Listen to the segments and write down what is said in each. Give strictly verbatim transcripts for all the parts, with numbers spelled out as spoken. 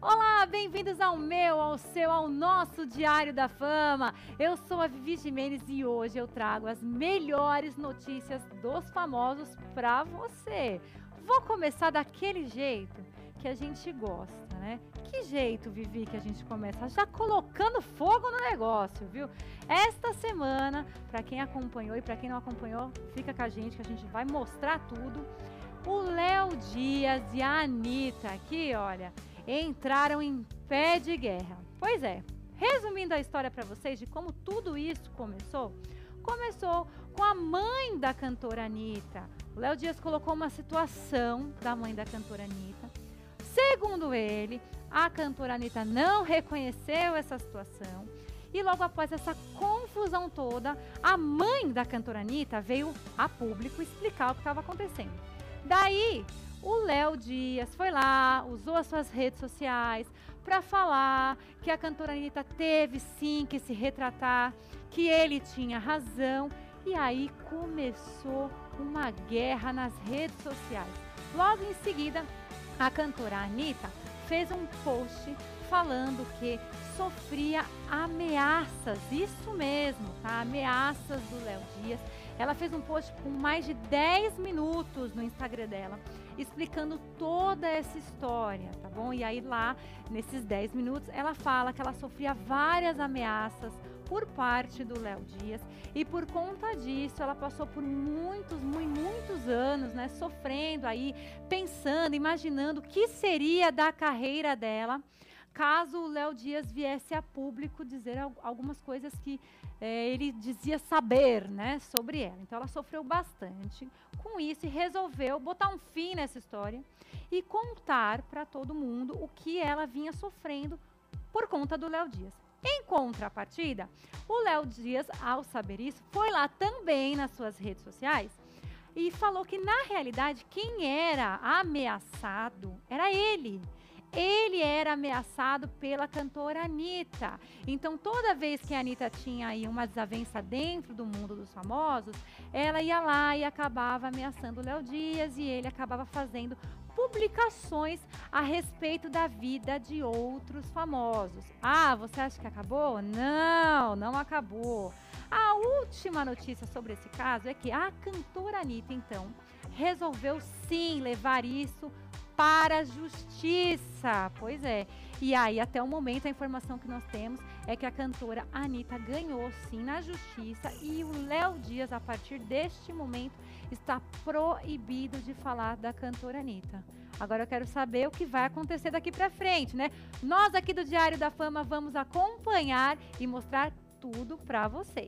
Olá, bem-vindos ao meu, ao seu, ao nosso Diário da Fama. Eu sou a Vivi Gimenez e hoje eu trago as melhores notícias dos famosos para você. Vou começar daquele jeito que a gente gosta, né? Que jeito, Vivi, que a gente começa? Já colocando fogo no negócio, viu? Esta semana, para quem acompanhou e para quem não acompanhou, fica com a gente que a gente vai mostrar tudo. O Léo Dias e a Anitta aqui, olha, entraram em pé de guerra. Pois é, resumindo a história para vocês de como tudo isso começou, começou com a mãe da cantora Anitta. O Léo Dias colocou uma situação da mãe da cantora Anitta. Segundo ele, a cantora Anitta não reconheceu essa situação. E logo após essa confusão toda, a mãe da cantora Anitta veio a público explicar o que estava acontecendo. Daí, o Léo Dias foi lá, usou as suas redes sociais para falar que a cantora Anitta teve sim que se retratar, que ele tinha razão. E aí começou uma guerra nas redes sociais. Logo em seguida, a cantora Anitta fez um post falando que sofria ameaças, isso mesmo, tá? Ameaças do Léo Dias. Ela fez um post com mais de dez minutos no Instagram dela, explicando toda essa história, tá bom? E aí lá, nesses dez minutos, ela fala que ela sofria várias ameaças por parte do Léo Dias e por conta disso ela passou por muitos, muito, muitos anos, né, sofrendo aí, pensando, imaginando o que seria da carreira dela caso o Léo Dias viesse a público dizer algumas coisas que é, ele dizia saber, né, sobre ela. Então ela sofreu bastante com isso e resolveu botar um fim nessa história e contar para todo mundo o que ela vinha sofrendo por conta do Léo Dias. Em contrapartida, o Léo Dias, ao saber isso, foi lá também nas suas redes sociais e falou que, na realidade, quem era ameaçado era ele. Ele era ameaçado pela cantora Anitta. Então, toda vez que a Anitta tinha aí uma desavença dentro do mundo dos famosos, ela ia lá e acabava ameaçando o Léo Dias e ele acabava fazendo publicações a respeito da vida de outros famosos. Ah, você acha que acabou? Não, não acabou. A última notícia sobre esse caso é que a cantora Anitta, então, resolveu sim levar isso para a justiça. Pois é. E aí, até o momento, a informação que nós temos é que a cantora Anitta ganhou sim na justiça e o Léo Dias, a partir deste momento, está proibido de falar da cantora Anitta. Agora eu quero saber o que vai acontecer daqui para frente, né? Nós aqui do Diário da Fama vamos acompanhar e mostrar tudo para vocês.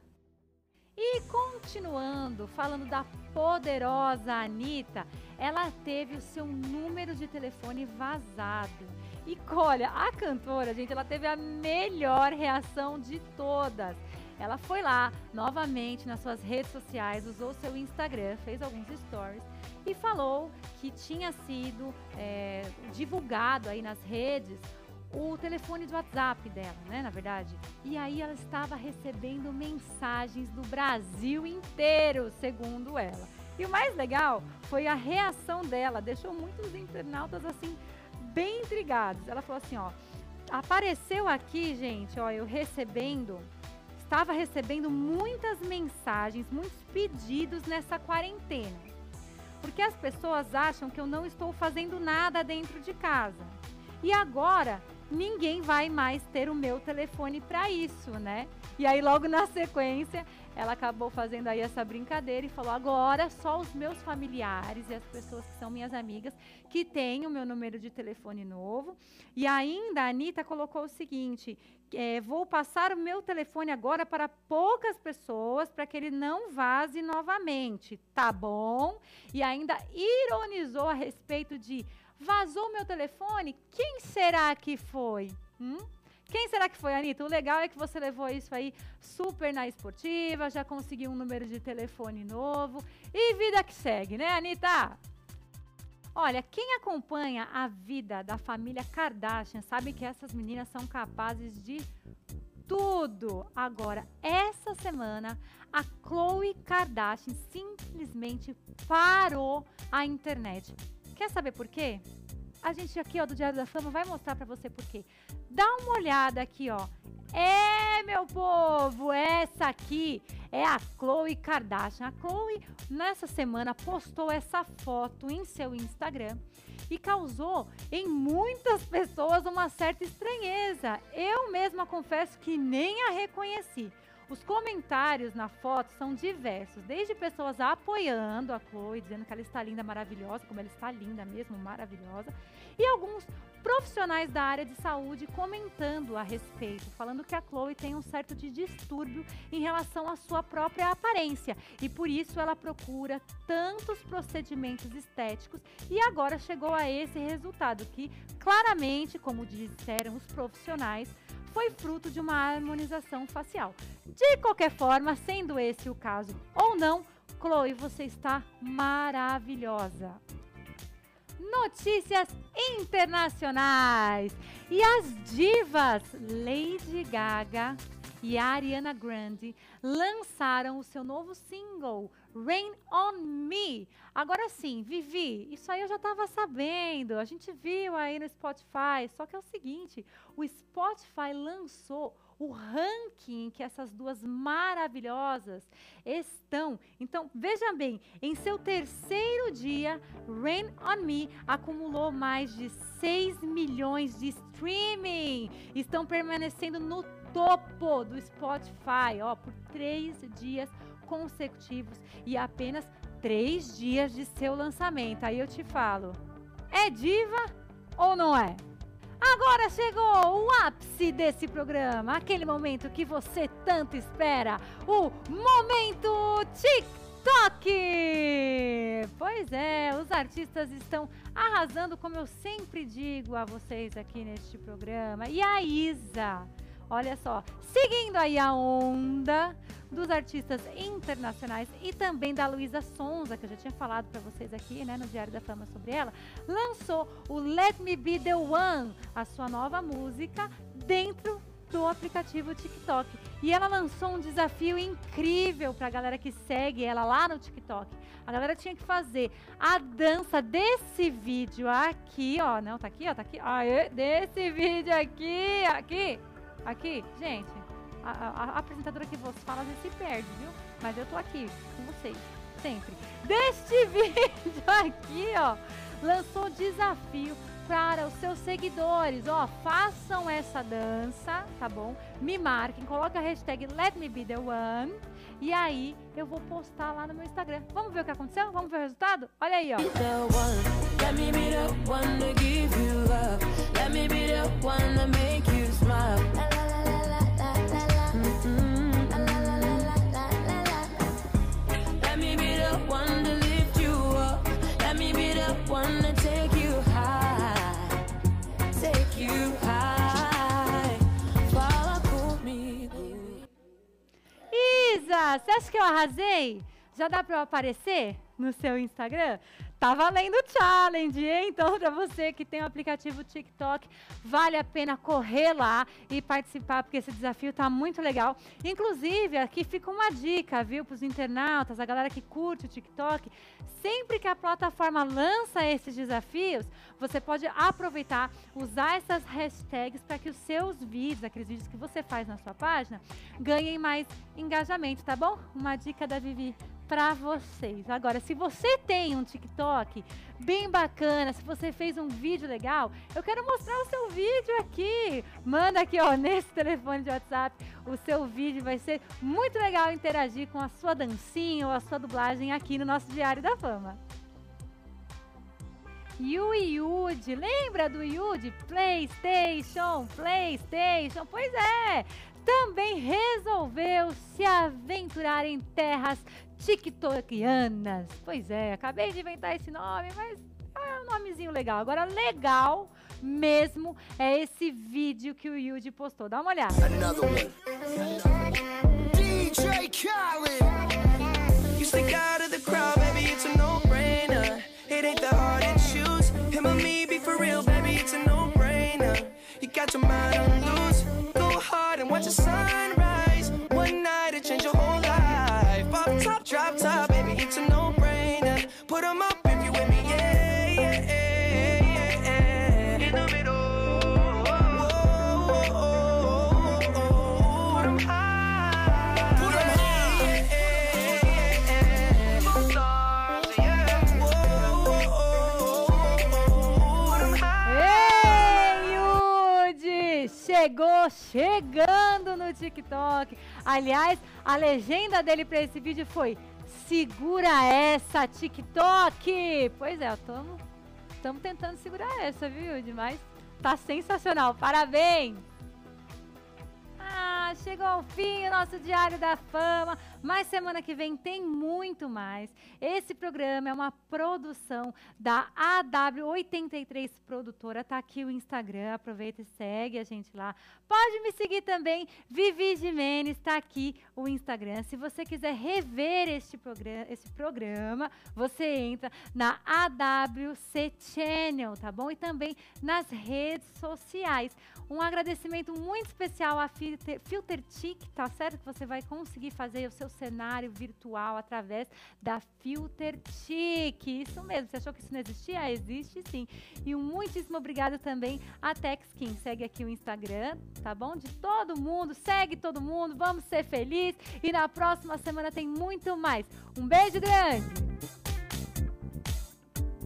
E continuando, falando da poderosa Anitta, ela teve o seu número de telefone vazado. E olha, a cantora, gente, ela teve a melhor reação de todas. Ela foi lá, novamente, nas suas redes sociais, usou seu Instagram, fez alguns stories e falou que tinha sido é, divulgado aí nas redes o telefone do WhatsApp dela, né, na verdade. E aí ela estava recebendo mensagens do Brasil inteiro, segundo ela. E o mais legal foi a reação dela, deixou muitos internautas, assim, bem intrigados. Ela falou assim, ó, apareceu aqui, gente, ó, eu recebendo, estava recebendo muitas mensagens, muitos pedidos nessa quarentena. Porque as pessoas acham que eu não estou fazendo nada dentro de casa. E agora ninguém vai mais ter o meu telefone para isso, né? E aí logo na sequência ela acabou fazendo aí essa brincadeira e falou, agora só os meus familiares e as pessoas que são minhas amigas que têm o meu número de telefone novo. E ainda a Anitta colocou o seguinte, é, vou passar o meu telefone agora para poucas pessoas para que ele não vaze novamente, tá bom? E ainda ironizou a respeito de vazou meu telefone? Quem será que foi? Hum? Quem será que foi, Anitta? O legal é que você levou isso aí super na esportiva, já conseguiu um número de telefone novo e vida que segue, né, Anitta? Olha, quem acompanha a vida da família Kardashian sabe que essas meninas são capazes de tudo. Agora, essa semana, a Khloe Kardashian simplesmente parou a internet. Quer saber por quê? a gente aqui, ó, do Diário da Fama vai mostrar pra você por quê. Dá uma olhada aqui, ó. É, meu povo, essa aqui é a Khloe Kardashian. A Khloe, nessa semana, postou essa foto em seu Instagram e causou em muitas pessoas uma certa estranheza. Eu mesma confesso que nem a reconheci. Os comentários na foto são diversos, desde pessoas apoiando a Khloe, dizendo que ela está linda, maravilhosa, como ela está linda mesmo, maravilhosa, e alguns profissionais da área de saúde comentando a respeito, falando que a Khloe tem um certo de distúrbio em relação à sua própria aparência, e por isso ela procura tantos procedimentos estéticos, e agora chegou a esse resultado, que claramente, como disseram os profissionais, foi fruto de uma harmonização facial. De qualquer forma, sendo esse o caso ou não, Khloe, você está maravilhosa. Notícias internacionais. E as divas Lady Gaga e a Ariana Grande lançaram o seu novo single, Rain on Me. Agora sim, Vivi, isso aí eu já estava sabendo, a gente viu aí no Spotify, só que é o seguinte, o Spotify lançou o ranking que essas duas maravilhosas estão. Então, veja bem, em seu terceiro dia, Rain on Me acumulou mais de seis milhões de streaming. Estão permanecendo no topo do Spotify, ó, por três dias consecutivos e apenas três dias de seu lançamento. Aí eu te falo, é diva ou não é? Agora chegou o ápice desse programa, aquele momento que você tanto espera, o Momento TikTok! Pois é, os artistas estão arrasando, como eu sempre digo a vocês aqui neste programa. E a Isa, olha só, seguindo aí a onda dos artistas internacionais e também da Luísa Sonza, que eu já tinha falado para vocês aqui, né, no Diário da Fama sobre ela, lançou o Let Me Be The One, a sua nova música, dentro do aplicativo TikTok. E ela lançou um desafio incrível para a galera que segue ela lá no TikTok. A galera tinha que fazer a dança desse vídeo aqui, ó, não, tá aqui, ó, tá aqui, aê, desse vídeo aqui, aqui, aqui, gente. A, a, a apresentadora que vos fala às vezes se perde, viu? Mas eu tô aqui com vocês, sempre. Deste vídeo aqui, ó, lançou desafio para os seus seguidores, ó, façam essa dança, tá bom? Me marquem, coloca a hashtag Let Me Be The One e aí eu vou postar lá no meu Instagram. Vamos ver o que aconteceu? Vamos ver o resultado? Olha aí, ó. Let me be the one to give you love. Let me be the one to make you smile. Isa, você acha que eu arrasei? Já dá para eu aparecer no seu Instagram? Tá valendo o challenge, hein? Então, para você que tem o aplicativo TikTok, vale a pena correr lá e participar, porque esse desafio tá muito legal. Inclusive, aqui fica uma dica, viu, para os internautas, a galera que curte o TikTok. Sempre que a plataforma lança esses desafios, você pode aproveitar, usar essas hashtags para que os seus vídeos, aqueles vídeos que você faz na sua página, ganhem mais engajamento, tá bom? Uma dica da Vivi para vocês. Agora, se você tem um TikTok bem bacana, se você fez um vídeo legal, eu quero mostrar o seu vídeo aqui. Manda aqui, ó, nesse telefone de WhatsApp, o seu vídeo. Vai ser muito legal interagir com a sua dancinha ou a sua dublagem aqui no nosso Diário da Fama. E o Yudi, lembra do Yudi? PlayStation, PlayStation, pois é, também resolveu se aventurar em terras tiktokianas. Pois é, acabei de inventar esse nome, mas é um nomezinho legal. Agora, legal mesmo é esse vídeo que o Yudi postou. Dá uma olhada. D J Khaled, you stick out of the crowd, baby, it's a no-brainer. It ain't that hard to choose. Him or me, be for real, baby, it's a no-brainer. You got your mind on loose. Go hard and watch the sunrise. One night it changed your whole life. Pop top, drop top, baby, it's a no-brainer. Put 'em up if you with me, yeah, yeah, yeah, yeah, chegou chegando no TikTok. Aliás, a legenda dele para esse vídeo foi: segura essa, TikTok! Pois é, estamos tentando segurar essa, viu? Demais. Tá sensacional, parabéns! Ah, chegou ao fim o nosso Diário da Fama, mas semana que vem tem muito mais. Esse programa é uma produção da A W oitenta e três Produtora, tá aqui o Instagram, aproveita e segue a gente lá. Pode me seguir também, Vivi Gimenez, tá aqui o Instagram. Se você quiser rever este programa, esse programa, você entra na A W C Channel, tá bom? E também nas redes sociais. Um agradecimento muito especial à Filter, FilterTik, tá certo? Que você vai conseguir fazer o seu cenário virtual através da FilterTik. Isso mesmo, você achou que isso não existia? Existe sim. E um muitíssimo obrigado também à TechSkin. Segue aqui o Instagram, tá bom? De todo mundo, segue todo mundo, vamos ser felizes. E na próxima semana tem muito mais. Um beijo grande!